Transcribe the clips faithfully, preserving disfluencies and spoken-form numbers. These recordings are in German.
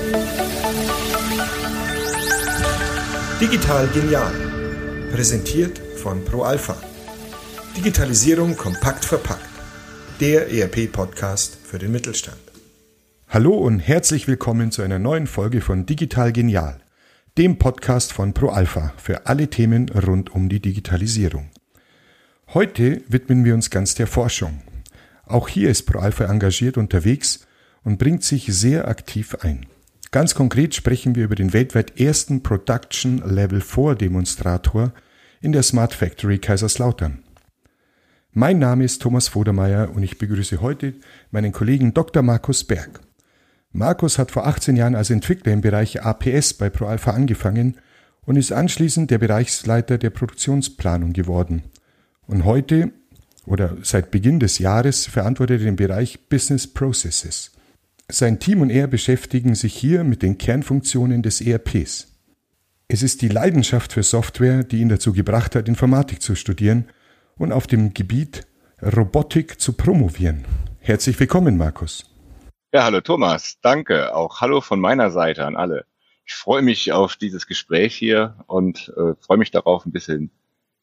Digital genial. Präsentiert von ProAlpha. Digitalisierung kompakt verpackt. Der E R P-Podcast für den Mittelstand. Hallo und herzlich willkommen zu einer neuen Folge von Digital genial, dem Podcast von ProAlpha für alle Themen rund um die Digitalisierung. Heute widmen wir uns ganz der Forschung. Auch hier ist ProAlpha engagiert unterwegs und bringt sich sehr aktiv ein. Ganz konkret sprechen wir über den weltweit ersten Production Level vier Demonstrator in der Smart Factory Kaiserslautern. Mein Name ist Thomas Vodermeier und ich begrüße heute meinen Kollegen Doktor Markus Berg. Markus hat vor achtzehn Jahren als Entwickler im Bereich A P S bei ProAlpha angefangen und ist anschließend der Bereichsleiter der Produktionsplanung geworden. Und heute, oder seit Beginn des Jahres, verantwortet er den Bereich Business Processes. Sein Team und er beschäftigen sich hier mit den Kernfunktionen des E R Ps. Es ist die Leidenschaft für Software, die ihn dazu gebracht hat, Informatik zu studieren und auf dem Gebiet Robotik zu promovieren. Herzlich willkommen, Markus. Ja, hallo Thomas, danke. Auch hallo von meiner Seite an alle. Ich freue mich auf dieses Gespräch hier und äh, freue mich darauf, ein bisschen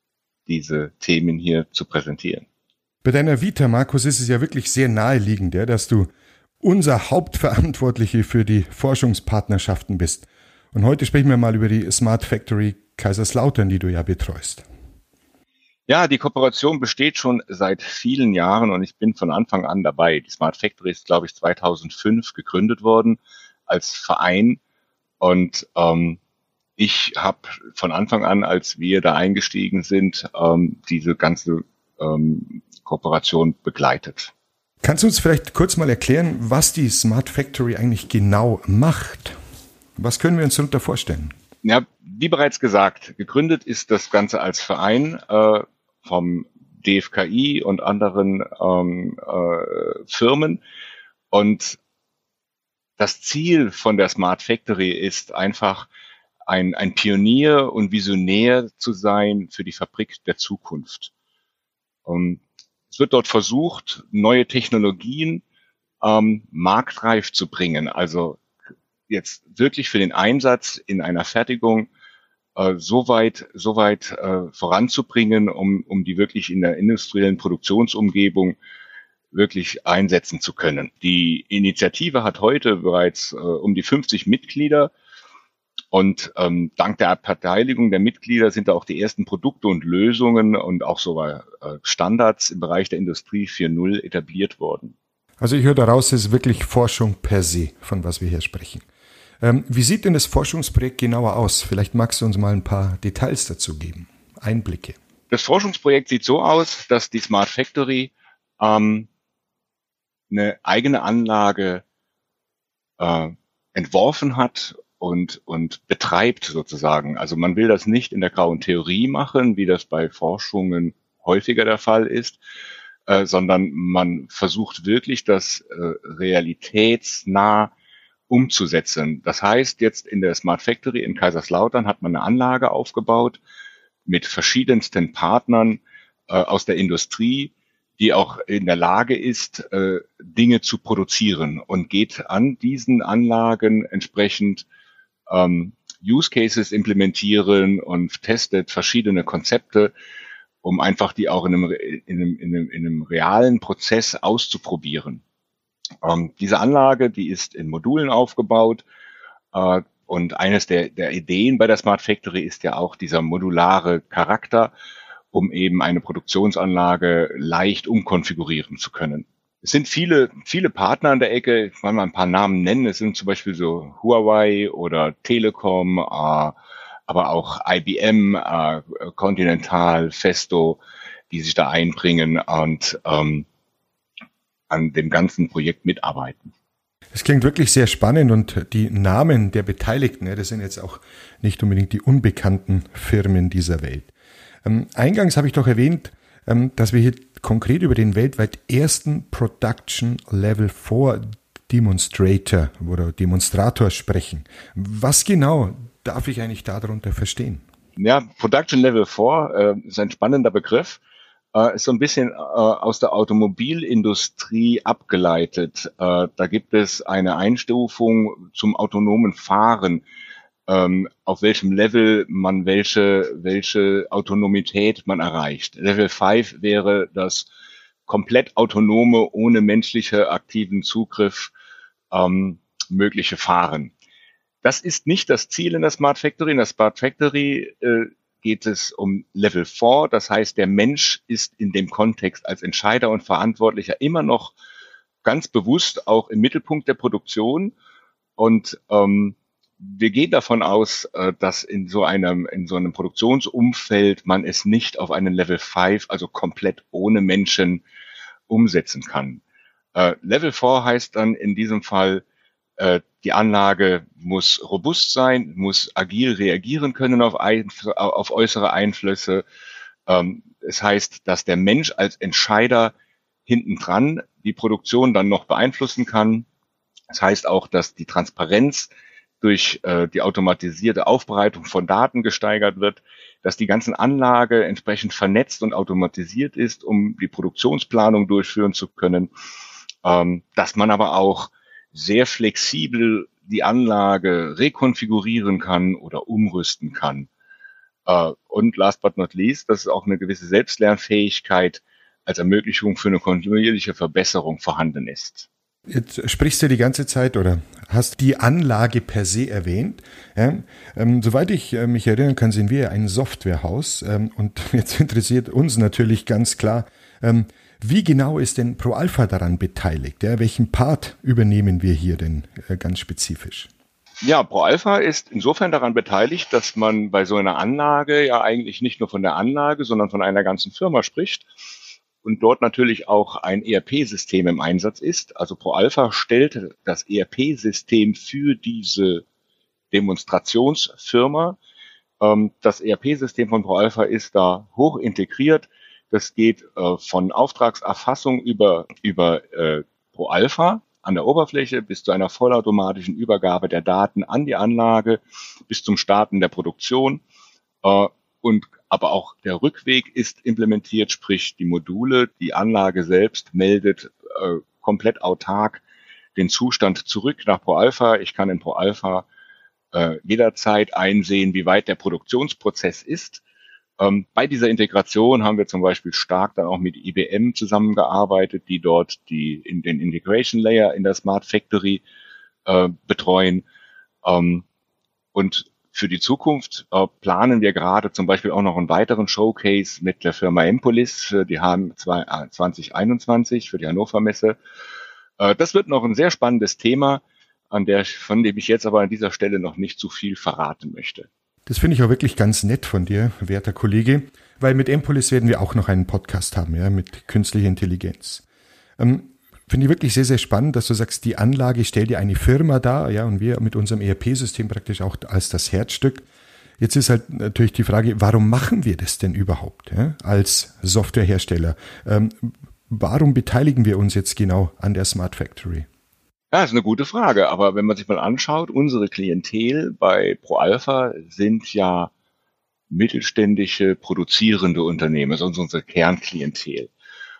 diese Themen hier zu präsentieren. Bei deiner Vita, Markus, ist es ja wirklich sehr naheliegend, ja, dass du unser Hauptverantwortliche für die Forschungspartnerschaften bist. Und heute sprechen wir mal über die Smart Factory Kaiserslautern, die du ja betreust. Ja, die Kooperation besteht schon seit vielen Jahren und ich bin von Anfang an dabei. Die Smart Factory ist, glaube ich, zweitausendfünf gegründet worden als Verein und ähm, ich habe von Anfang an, als wir da eingestiegen sind, ähm, diese ganze ähm, Kooperation begleitet. Kannst du uns vielleicht kurz mal erklären, was die Smart Factory eigentlich genau macht? Was können wir uns darunter vorstellen? Ja, wie bereits gesagt, gegründet ist das Ganze als Verein äh, vom D F K I und anderen ähm, äh, Firmen. Und das Ziel von der Smart Factory ist einfach, ein, ein Pionier und Visionär zu sein für die Fabrik der Zukunft. Und es wird dort versucht, neue Technologien ähm, marktreif zu bringen, also jetzt wirklich für den Einsatz in einer Fertigung äh, so weit, so weit äh, voranzubringen, um, um die wirklich in der industriellen Produktionsumgebung wirklich einsetzen zu können. Die Initiative hat heute bereits äh, um die fünfzig Mitglieder. Und ähm, dank der Beteiligung der Mitglieder sind da auch die ersten Produkte und Lösungen und auch sogar äh, Standards im Bereich der Industrie vier Punkt null etabliert worden. Also ich höre daraus, es ist wirklich Forschung per se, von was wir hier sprechen. Ähm, wie sieht denn das Forschungsprojekt genauer aus? Vielleicht magst du uns mal ein paar Details dazu geben, Einblicke. Das Forschungsprojekt sieht so aus, dass die Smart Factory ähm, eine eigene Anlage äh, entworfen hat und und betreibt sozusagen. Also man will das nicht in der grauen Theorie machen, wie das bei Forschungen häufiger der Fall ist, äh, sondern man versucht wirklich, das äh, realitätsnah umzusetzen. Das heißt, jetzt in der Smart Factory in Kaiserslautern hat man eine Anlage aufgebaut mit verschiedensten Partnern äh, aus der Industrie, die auch in der Lage ist, äh, Dinge zu produzieren und geht an diesen Anlagen entsprechend ähm, Use Cases implementieren und testet verschiedene Konzepte, um einfach die auch in einem, in einem, in einem, in einem realen Prozess auszuprobieren. Ähm, diese Anlage, die ist in Modulen aufgebaut äh, und eines der, der Ideen bei der Smart Factory ist ja auch dieser modulare Charakter, um eben eine Produktionsanlage leicht umkonfigurieren zu können. Es sind viele, viele Partner an der Ecke, ich kann mal ein paar Namen nennen, es sind zum Beispiel so Huawei oder Telekom, äh, aber auch I B M, äh, Continental, Festo, die sich da einbringen und ähm, an dem ganzen Projekt mitarbeiten. Es klingt wirklich sehr spannend und die Namen der Beteiligten, ja, das sind jetzt auch nicht unbedingt die unbekannten Firmen dieser Welt. Ähm, eingangs habe ich doch erwähnt, ähm, dass wir hier konkret über den weltweit ersten Production Level vier Demonstrator oder Demonstrator sprechen. Was genau darf ich eigentlich darunter verstehen? Ja, Production Level vier äh, ist ein spannender Begriff. äh, ist so ein bisschen äh, aus der Automobilindustrie abgeleitet. Äh, da gibt es eine Einstufung zum autonomen Fahren, ähm, auf welchem Level man welche, welche Autonomität man erreicht. Level fünf wäre das komplett autonome, ohne menschliche aktiven Zugriff ähm, mögliche Fahren. Das ist nicht das Ziel in der Smart Factory. In der Smart Factory äh, geht es um Level vier. Das heißt, der Mensch ist in dem Kontext als Entscheider und Verantwortlicher immer noch ganz bewusst auch im Mittelpunkt der Produktion. Und ähm, wir gehen davon aus, äh, dass in so einem in so einem Produktionsumfeld man es nicht auf einen Level fünf, also komplett ohne Menschen, umsetzen kann. Äh, Level vier heißt dann in diesem Fall, äh, die Anlage muss robust sein, muss agil reagieren können auf, ein, auf äußere Einflüsse. Ähm, es heißt, dass der Mensch als Entscheider hintendran die Produktion dann noch beeinflussen kann. Das heißt auch, dass die Transparenz durch äh, die automatisierte Aufbereitung von Daten gesteigert wird, dass die ganze Anlage entsprechend vernetzt und automatisiert ist, um die Produktionsplanung durchführen zu können, ähm, dass man aber auch sehr flexibel die Anlage rekonfigurieren kann oder umrüsten kann. Äh, und last but not least, dass auch eine gewisse Selbstlernfähigkeit als Ermöglichung für eine kontinuierliche Verbesserung vorhanden ist. Jetzt sprichst du die ganze Zeit oder hast die Anlage per se erwähnt. Ja, ähm, soweit ich äh, mich erinnern kann, sind wir ein Softwarehaus. Ähm, und jetzt interessiert uns natürlich ganz klar, ähm, wie genau ist denn ProAlpha daran beteiligt? Ja? Welchen Part übernehmen wir hier denn äh, ganz spezifisch? Ja, ProAlpha ist insofern daran beteiligt, dass man bei so einer Anlage ja eigentlich nicht nur von der Anlage, sondern von einer ganzen Firma spricht. Und dort natürlich auch ein E R P-System im Einsatz ist. Also ProAlpha stellt das E R P-System für diese Demonstrationsfirma. Das E R P-System von ProAlpha ist da hoch integriert. Das geht von Auftragserfassung über, über ProAlpha an der Oberfläche bis zu einer vollautomatischen Übergabe der Daten an die Anlage, bis zum Starten der Produktion. Und aber auch der Rückweg ist implementiert, sprich die Module, die Anlage selbst meldet äh, komplett autark den Zustand zurück nach ProAlpha. Ich kann in ProAlpha äh, jederzeit einsehen, wie weit der Produktionsprozess ist. Ähm, bei dieser Integration haben wir zum Beispiel stark dann auch mit I B M zusammengearbeitet, die dort die in den Integration Layer in der Smart Factory äh, betreuen. Ähm, und Für die Zukunft äh, planen wir gerade zum Beispiel auch noch einen weiteren Showcase mit der Firma Empolis für die H M zwanzig einundzwanzig, für die Hannover Messe. Äh, das wird noch ein sehr spannendes Thema, an der, von dem ich jetzt aber an dieser Stelle noch nicht zu viel verraten möchte. Das finde ich auch wirklich ganz nett von dir, werter Kollege, weil mit Empolis werden wir auch noch einen Podcast haben, ja, mit künstlicher Intelligenz. Ähm, Finde ich wirklich sehr, sehr spannend, dass du sagst, die Anlage stellt dir eine Firma dar, ja, und wir mit unserem E R P-System praktisch auch als das Herzstück. Jetzt ist halt natürlich die Frage, warum machen wir das denn überhaupt, ja, als Softwarehersteller? Ähm, warum beteiligen wir uns jetzt genau an der Smart Factory? Ja, ist eine gute Frage, aber wenn man sich mal anschaut, unsere Klientel bei ProAlpha sind ja mittelständische, produzierende Unternehmen, das ist unsere Kernklientel.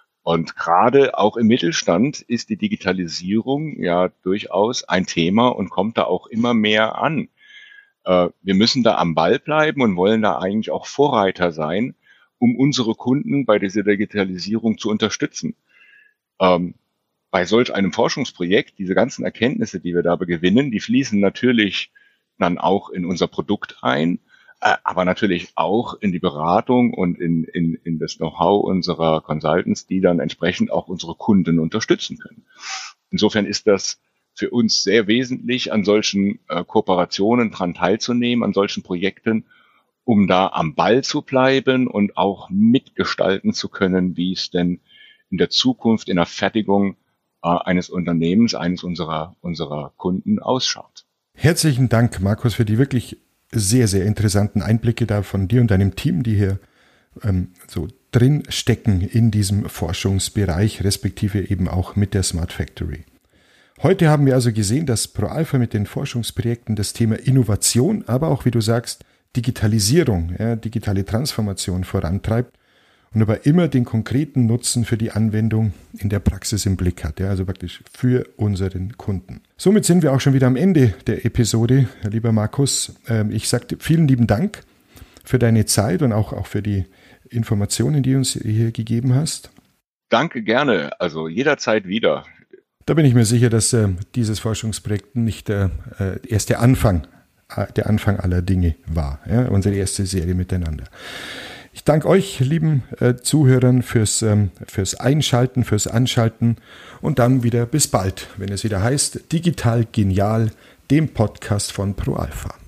Und gerade auch im Mittelstand ist die Digitalisierung ja durchaus ein Thema und kommt da auch immer mehr an. Äh, wir müssen da am Ball bleiben und wollen da eigentlich auch Vorreiter sein, um unsere Kunden bei dieser Digitalisierung zu unterstützen. Ähm, bei solch einem Forschungsprojekt, diese ganzen Erkenntnisse, die wir da gewinnen, die fließen natürlich dann auch in unser Produkt ein, aber natürlich auch in die Beratung und in, in, in das Know-how unserer Consultants, die dann entsprechend auch unsere Kunden unterstützen können. Insofern ist das für uns sehr wesentlich, an solchen äh, Kooperationen dran teilzunehmen, an solchen Projekten, um da am Ball zu bleiben und auch mitgestalten zu können, wie es denn in der Zukunft in der Fertigung äh, eines Unternehmens, eines unserer, unserer Kunden ausschaut. Herzlichen Dank, Markus, für die wirklich sehr, sehr interessanten Einblicke da von dir und deinem Team, die hier ähm, so drin stecken in diesem Forschungsbereich, respektive eben auch mit der Smart Factory. Heute haben wir also gesehen, dass ProAlpha mit den Forschungsprojekten das Thema Innovation, aber auch, wie du sagst, Digitalisierung, ja, digitale Transformation vorantreibt und aber immer den konkreten Nutzen für die Anwendung in der Praxis im Blick hat, ja, also praktisch für unseren Kunden. Somit sind wir auch schon wieder am Ende der Episode, lieber Markus. Ich sage dir vielen lieben Dank für deine Zeit und auch, auch für die Informationen, die du uns hier gegeben hast. Danke, gerne. Also jederzeit wieder. Da bin ich mir sicher, dass äh, dieses Forschungsprojekt nicht äh, erst der Anfang, äh, der Anfang aller Dinge war. Ja, unsere erste Serie miteinander. Ich danke euch, lieben äh, Zuhörern, fürs, ähm, fürs Einschalten, fürs Anschalten und dann wieder bis bald, wenn es wieder heißt Digital Genial, dem Podcast von ProAlpha.